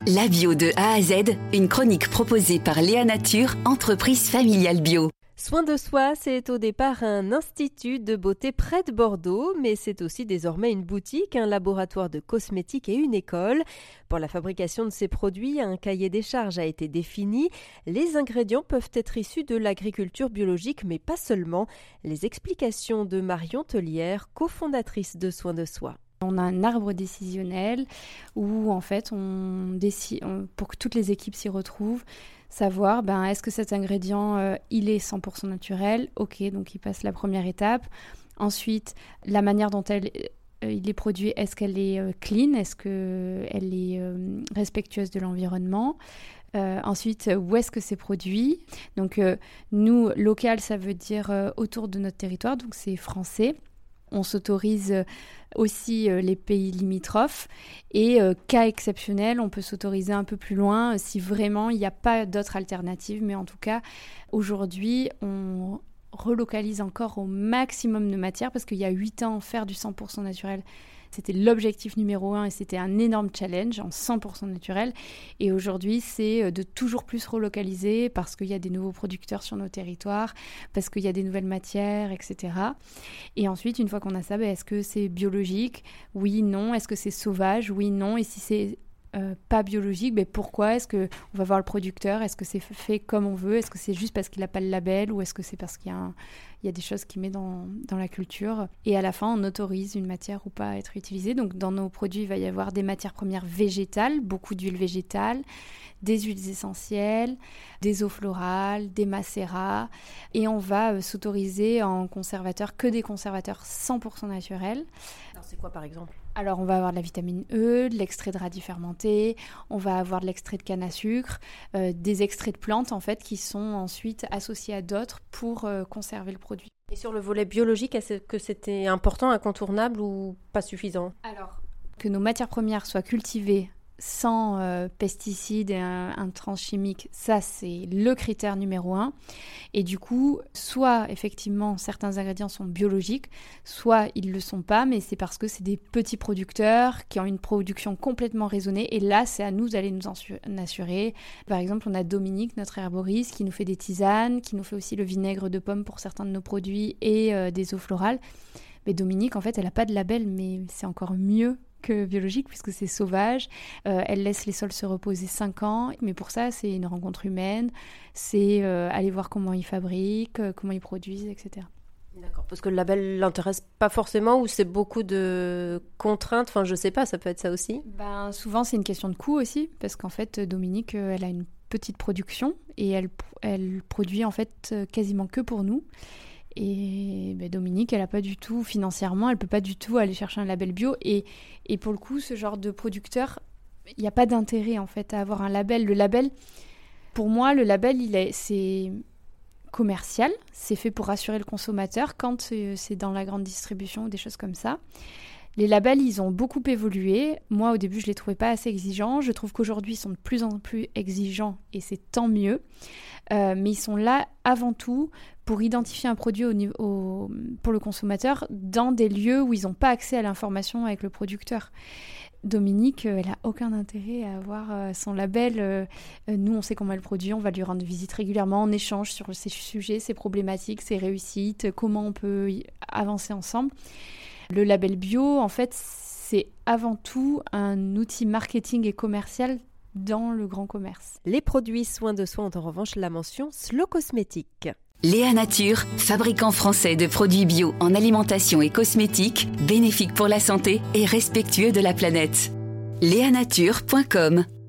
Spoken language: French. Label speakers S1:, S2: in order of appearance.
S1: La bio de A à Z, une chronique proposée par Léa Nature, entreprise familiale bio.
S2: Soin de soi, c'est au départ un institut de beauté près de Bordeaux, mais c'est aussi désormais une boutique, un laboratoire de cosmétiques et une école. Pour la fabrication de ces produits, un cahier des charges a été défini. Les ingrédients peuvent être issus de l'agriculture biologique, mais pas seulement. Les explications de Marion Tellière, cofondatrice de Soin de soi.
S3: On a un arbre décisionnel où en fait on décide, pour que toutes les équipes s'y retrouvent, savoir est-ce que cet ingrédient il est 100% naturel. Ok, donc il passe la première étape. Ensuite, la manière dont il est produit, est-ce qu'elle est clean, est-ce qu'elle est respectueuse de l'environnement. Ensuite, où est-ce que c'est produit? Donc nous, local, ça veut dire autour de notre territoire, donc c'est français. On s'autorise aussi les pays limitrophes et cas exceptionnel, on peut s'autoriser un peu plus loin si vraiment il n'y a pas d'autres alternatives. Mais en tout cas, aujourd'hui, on relocalise encore au maximum de matière parce qu'il y a 8 ans, faire du 100% naturel, c'était l'objectif numéro 1 et c'était un énorme challenge en 100% naturel. Et aujourd'hui, c'est de toujours plus relocaliser parce qu'il y a des nouveaux producteurs sur nos territoires, parce qu'il y a des nouvelles matières, etc. Et ensuite, une fois qu'on a ça, est-ce que c'est biologique? Oui, non. Est-ce que c'est sauvage? Oui, non. Et si c'est pas biologique, pourquoi? Est-ce qu'on va voir le producteur? Est-ce que c'est fait comme on veut? Est-ce que c'est juste parce qu'il n'a pas le label? Ou est-ce que c'est parce qu'il y a des choses qu'il met dans la culture? Et à la fin, on autorise une matière ou pas à être utilisée. Donc dans nos produits, il va y avoir des matières premières végétales, beaucoup d'huiles végétales, des huiles essentielles, des eaux florales, des macérats. Et on va s'autoriser en conservateur que des conservateurs 100% naturels.
S2: Alors c'est quoi par exemple?
S3: Alors, on va avoir de la vitamine E, de l'extrait de radis fermenté, on va avoir de l'extrait de canne à sucre, des extraits de plantes, en fait, qui sont ensuite associés à d'autres pour conserver le produit.
S2: Et sur le volet biologique, est-ce que c'était important, incontournable ou pas suffisant?
S3: Alors, que nos matières premières soient cultivées sans pesticides et intrants chimiques, ça c'est le critère numéro 1. Et du coup, soit effectivement certains ingrédients sont biologiques, soit ils ne le sont pas, mais c'est parce que c'est des petits producteurs qui ont une production complètement raisonnée. Et là, c'est à nous d'aller nous en assurer. Par exemple, on a Dominique, notre herboriste, qui nous fait des tisanes, qui nous fait aussi le vinaigre de pomme pour certains de nos produits et des eaux florales. Mais Dominique, en fait, elle n'a pas de label, mais c'est encore mieux que biologique puisque c'est sauvage. Elle laisse les sols se reposer 5 ans, mais pour ça c'est une rencontre humaine, c'est aller voir comment ils fabriquent, comment ils produisent, etc.
S2: D'accord, parce que le label l'intéresse pas forcément ou c'est beaucoup de contraintes, enfin je sais pas, ça peut être ça aussi.
S3: Souvent c'est une question de coût aussi, parce qu'en fait Dominique elle a une petite production et elle produit en fait quasiment que pour nous. Et Dominique, elle a pas du tout, financièrement, elle peut pas du tout aller chercher un label bio. Et pour le coup, ce genre de producteur, il n'y a pas d'intérêt en fait à avoir un label. Le label, pour moi, c'est commercial. C'est fait pour rassurer le consommateur quand c'est dans la grande distribution ou des choses comme ça. Les labels, ils ont beaucoup évolué. Moi, au début, je ne les trouvais pas assez exigeants. Je trouve qu'aujourd'hui, ils sont de plus en plus exigeants et c'est tant mieux. Mais ils sont là avant tout pour identifier un produit pour le consommateur dans des lieux où ils n'ont pas accès à l'information avec le producteur. Dominique, elle n'a aucun intérêt à avoir son label. Nous, on sait comment elle produit, on va lui rendre visite régulièrement, on échange sur ses sujets, ses problématiques, ses réussites, comment on peut avancer ensemble. Le label bio, en fait, c'est avant tout un outil marketing et commercial dans le grand commerce.
S2: Les produits Soin de soi ont en revanche la mention Slow Cosmétique.
S1: Léa Nature, fabricant français de produits bio en alimentation et cosmétiques, bénéfiques pour la santé et respectueux de la planète. Leanature.com